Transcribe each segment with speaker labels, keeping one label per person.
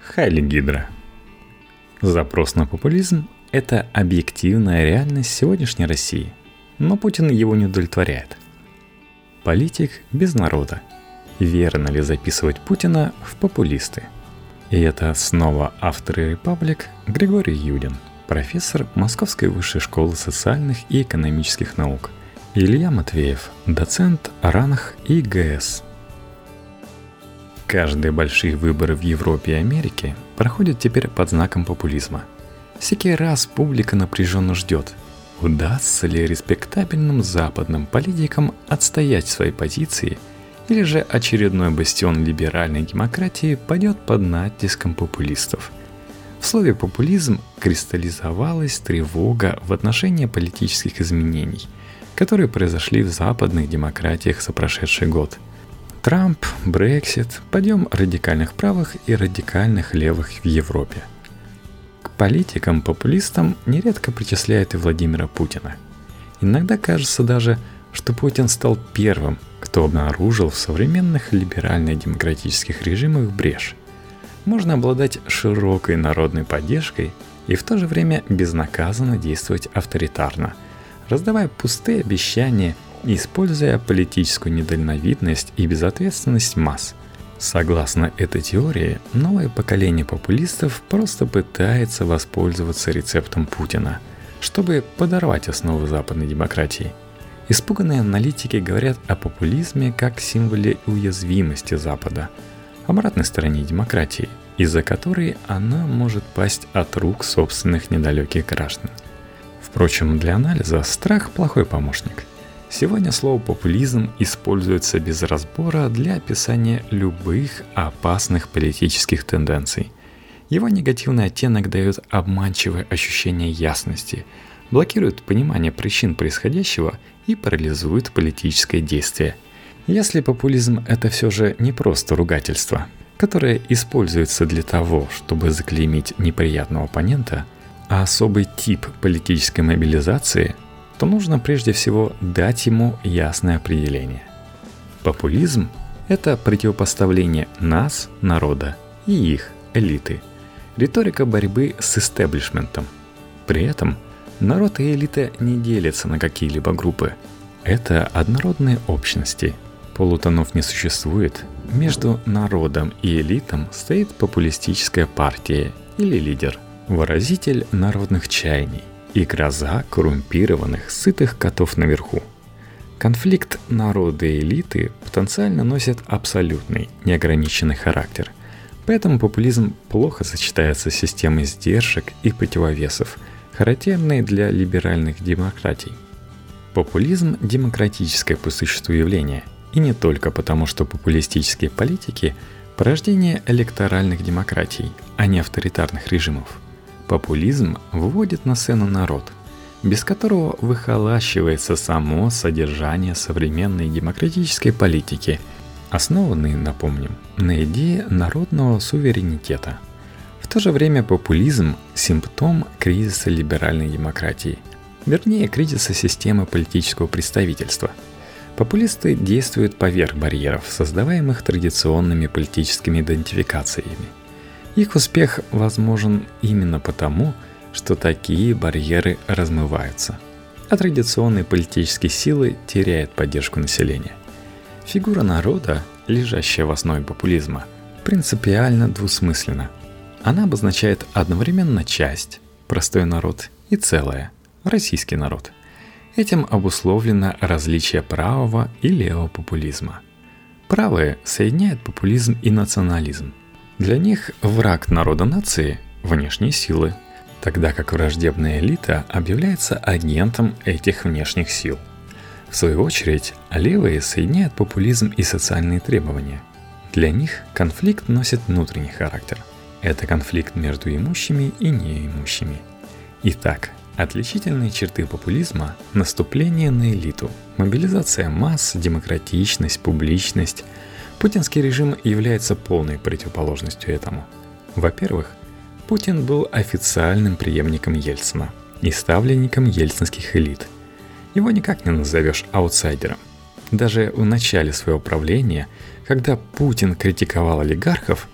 Speaker 1: Хайли Гидра. Запрос на популизм – это объективная реальность сегодняшней России, но Путин его не удовлетворяет. Политик без народа. Верно ли записывать Путина в популисты? И это снова автор «Репаблик» Григорий Юдин, профессор Московской высшей школы социальных и экономических наук, и Илья Матвеев, доцент РАНХ и ГС. Каждые большие выборы в Европе и Америке проходят теперь под знаком популизма. Всякий раз публика напряженно ждет, удастся ли респектабельным западным политикам отстоять свои позиции, или же очередной бастион либеральной демократии пойдет под натиском популистов. В слове «популизм» кристаллизовалась тревога в отношении политических изменений, которые произошли в западных демократиях за прошедший год. Трамп, Брексит, подъем радикальных правых и радикальных левых в Европе. К политикам-популистам нередко причисляют и Владимира Путина. Иногда кажется даже, что Путин стал первым, кто обнаружил в современных либерально-демократических режимах брешь. Можно обладать широкой народной поддержкой и в то же время безнаказанно действовать авторитарно, раздавая пустые обещания, используя политическую недальновидность и безответственность масс. Согласно этой теории, новое поколение популистов просто пытается воспользоваться рецептом Путина, чтобы подорвать основы западной демократии. Испуганные аналитики говорят о популизме как символе уязвимости Запада, обратной стороне демократии, из-за которой она может пасть от рук собственных недалеких граждан. Впрочем, для анализа страх – плохой помощник. Сегодня слово «популизм» используется без разбора для описания любых опасных политических тенденций. Его негативный оттенок дает обманчивое ощущение ясности, блокирует понимание причин происходящего и парализует политическое действие. Если популизм – это все же не просто ругательство, которое используется для того, чтобы заклеймить неприятного оппонента, а особый тип политической мобилизации – то нужно прежде всего дать ему ясное определение. Популизм – это противопоставление нас, народа, и их, элиты. Риторика борьбы с истеблишментом. При этом народ и элита не делятся на какие-либо группы. Это однородные общности. Полутонов не существует. Между народом и элитом стоит популистическая партия или лидер, выразитель народных чаяний и гроза коррумпированных, сытых котов наверху. Конфликт народа и элиты потенциально носит абсолютный, неограниченный характер. Поэтому популизм плохо сочетается с системой сдержек и противовесов, характерной для либеральных демократий. Популизм – демократическое по существу явление, и не только потому, что популистические политики – порождение электоральных демократий, а не авторитарных режимов. Популизм выводит на сцену народ, без которого выхолащивается само содержание современной демократической политики, основанной, напомним, на идее народного суверенитета. В то же время популизм – симптом кризиса либеральной демократии, вернее, кризиса системы политического представительства. Популисты действуют поверх барьеров, создаваемых традиционными политическими идентификациями. Их успех возможен именно потому, что такие барьеры размываются, а традиционные политические силы теряют поддержку населения. Фигура народа, лежащая в основе популизма, принципиально двусмысленна. Она обозначает одновременно часть, простой народ, и целое, российский народ. Этим обусловлено различие правого и левого популизма. Правые соединяют популизм и национализм. Для них враг народа нации – внешние силы, тогда как враждебная элита объявляется агентом этих внешних сил. В свою очередь, левые соединяют популизм и социальные требования. Для них конфликт носит внутренний характер. Это конфликт между имущими и неимущими. Итак, отличительные черты популизма – наступление на элиту, мобилизация масс, демократичность, публичность. Путинский режим является полной противоположностью этому. Во-первых, Путин был официальным преемником Ельцина и ставленником ельцинских элит. Его никак не назовешь аутсайдером. Даже в начале своего правления, когда Путин критиковал олигархов,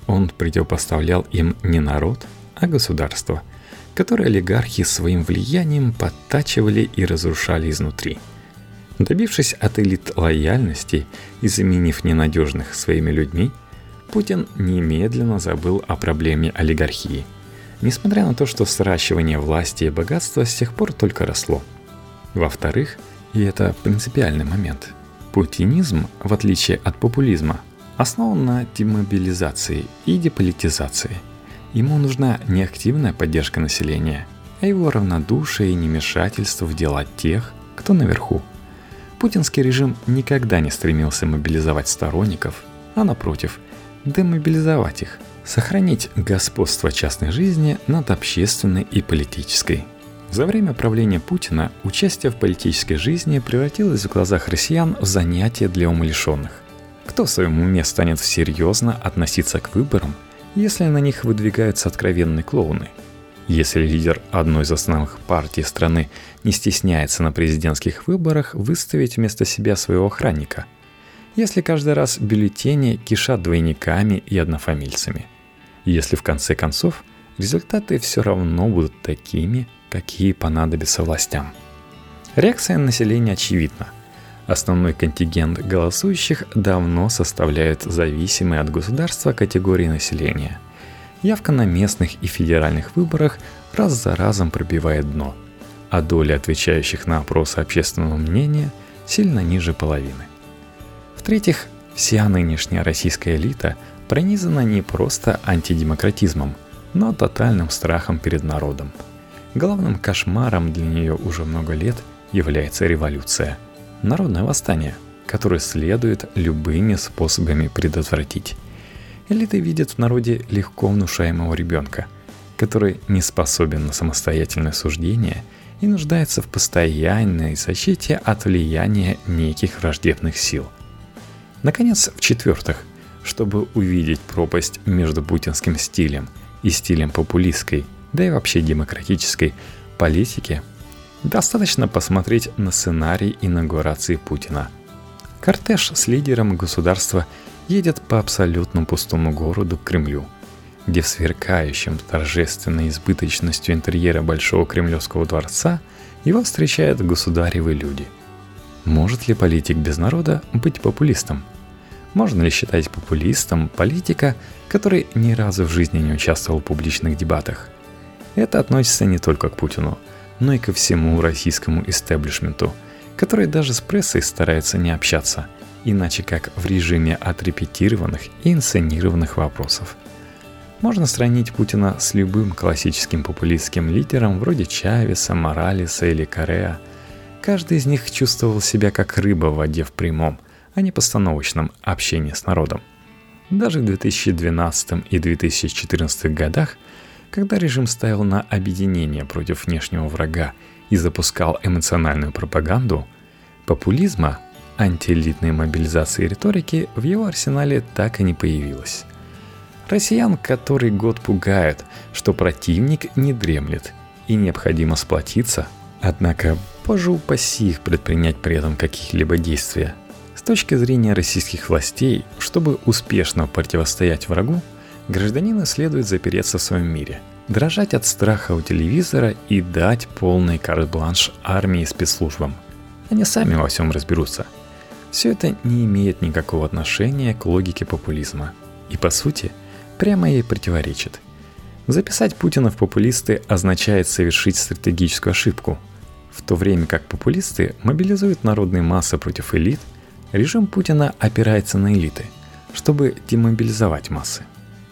Speaker 1: Он противопоставлял им не народ, а государство, которое олигархи своим влиянием подтачивали и разрушали изнутри. Добившись от элит лояльности и заменив ненадежных своими людьми, Путин немедленно забыл о проблеме олигархии, несмотря на то, что сращивание власти и богатства с тех пор только росло. Во-вторых, и это принципиальный момент, путинизм, в отличие от популизма, основан на демобилизации и деполитизации. Ему нужна не активная поддержка населения, а его равнодушие и невмешательство в дела тех, кто наверху. Путинский режим никогда не стремился мобилизовать сторонников, а напротив, демобилизовать их, сохранить господство частной жизни над общественной и политической. За время правления Путина участие в политической жизни превратилось в глазах россиян в занятие для умалишенных. Кто в своем уме станет серьезно относиться к выборам, если на них выдвигаются откровенные клоуны? Если лидер одной из основных партий страны не стесняется на президентских выборах выставить вместо себя своего охранника? Если каждый раз бюллетени кишат двойниками и однофамильцами? Если в конце концов результаты все равно будут такими, какие понадобятся властям? Реакция населения очевидна. Основной контингент голосующих давно составляют зависимые от государства категории населения. Явка на местных и федеральных выборах раз за разом пробивает дно, а доля отвечающих на опросы общественного мнения сильно ниже половины. В-третьих, вся нынешняя российская элита пронизана не просто антидемократизмом, но тотальным страхом перед народом. Главным кошмаром для нее уже много лет является революция, народное восстание, которое следует любыми способами предотвратить. Элиты видят в народе легко внушаемого ребенка, который не способен на самостоятельное суждение и нуждается в постоянной защите от влияния неких враждебных сил. Наконец, в-четвертых, чтобы увидеть пропасть между путинским стилем и стилем популистской, да и вообще демократической политики, достаточно посмотреть на сценарий инаугурации Путина. Кортеж с лидером государства едет по абсолютно пустому городу к Кремлю, где в сверкающем торжественной избыточностью интерьера Большого Кремлевского дворца его встречают государевы люди. Может ли политик без народа быть популистом? Можно ли считать популистом политика, который ни разу в жизни не участвовал в публичных дебатах? Это относится не только к Путину, но и ко всему российскому истеблишменту, который даже с прессой старается не общаться, иначе как в режиме отрепетированных и инсценированных вопросов. Можно сравнить Путина с любым классическим популистским лидером вроде Чавеса, Моралеса или Корреа. Каждый из них чувствовал себя как рыба в воде в прямом, а не постановочном общении с народом. Даже в 2012 и 2014 годах, когда режим ставил на объединение против внешнего врага и запускал эмоциональную пропаганду, популизма, антиэлитной мобилизации и риторики в его арсенале так и не появилось. Россиян который год пугают, что противник не дремлет и необходимо сплотиться, однако, боже упаси их предпринять при этом каких-либо действий. С точки зрения российских властей, чтобы успешно противостоять врагу, гражданину следует запереться в своем мире, дрожать от страха у телевизора и дать полный карт-бланш армии и спецслужбам. Они сами во всем разберутся. Все это не имеет никакого отношения к логике популизма и, по сути, прямо ей противоречит. Записать Путина в популисты означает совершить стратегическую ошибку. В то время как популисты мобилизуют народные массы против элит, режим Путина опирается на элиты, чтобы демобилизовать массы.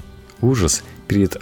Speaker 1: Ужас перед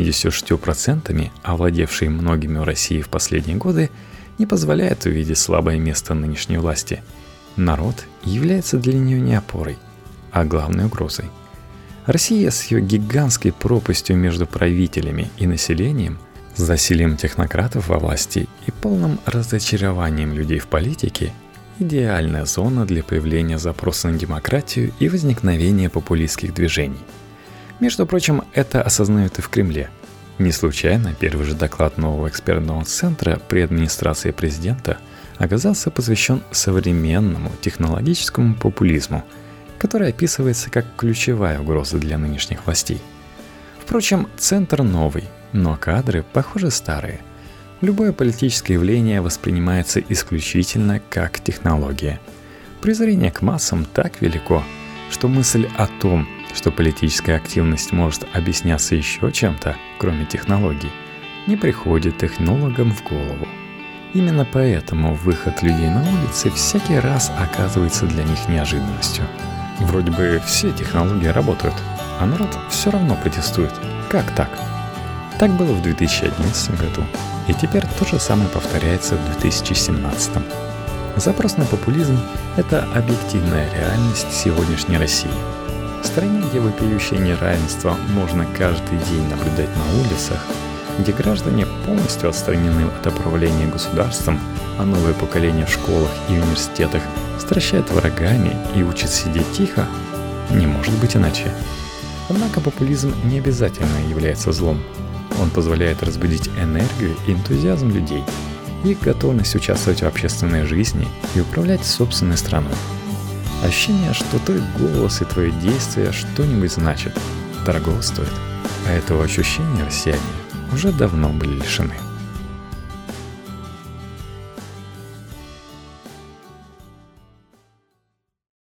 Speaker 1: 86%, овладевший многими в России в последние годы, не позволяет увидеть слабое место нынешней власти. Народ является для нее не опорой, а главной угрозой. Россия с ее гигантской пропастью между правителями и населением, засилием технократов во власти и полным разочарованием людей в политике – идеальная зона для появления запроса на демократию и возникновения популистских движений. Между прочим, это осознают и в Кремле. Не случайно первый же доклад нового экспертного центра при администрации президента оказался посвящен современному технологическому популизму, который описывается как ключевая угроза для нынешних властей. Впрочем, центр новый, но кадры, похоже, старые. Любое политическое явление воспринимается исключительно как технология. Презрение к массам так велико, что мысль о том, что политическая активность может объясняться еще чем-то, кроме технологий, не приходит технологам в голову. Именно поэтому выход людей на улицы всякий раз оказывается для них неожиданностью. Вроде бы все технологии работают, а народ все равно протестует. Как так? Так было в 2011 году, и теперь то же самое повторяется в 2017. Запрос на популизм – это объективная реальность сегодняшней России. В стране, где вопиющее неравенство можно каждый день наблюдать на улицах, где граждане полностью отстранены от управления государством, а новое поколение в школах и университетах стращает врагами и учит сидеть тихо, не может быть иначе. Однако популизм не обязательно является злом. Он позволяет разбудить энергию и энтузиазм людей, их готовность участвовать в общественной жизни и управлять собственной страной. Ощущение, что твой голос и твое действие что-нибудь значит, дорого стоит. А этого ощущения россияне уже давно были лишены.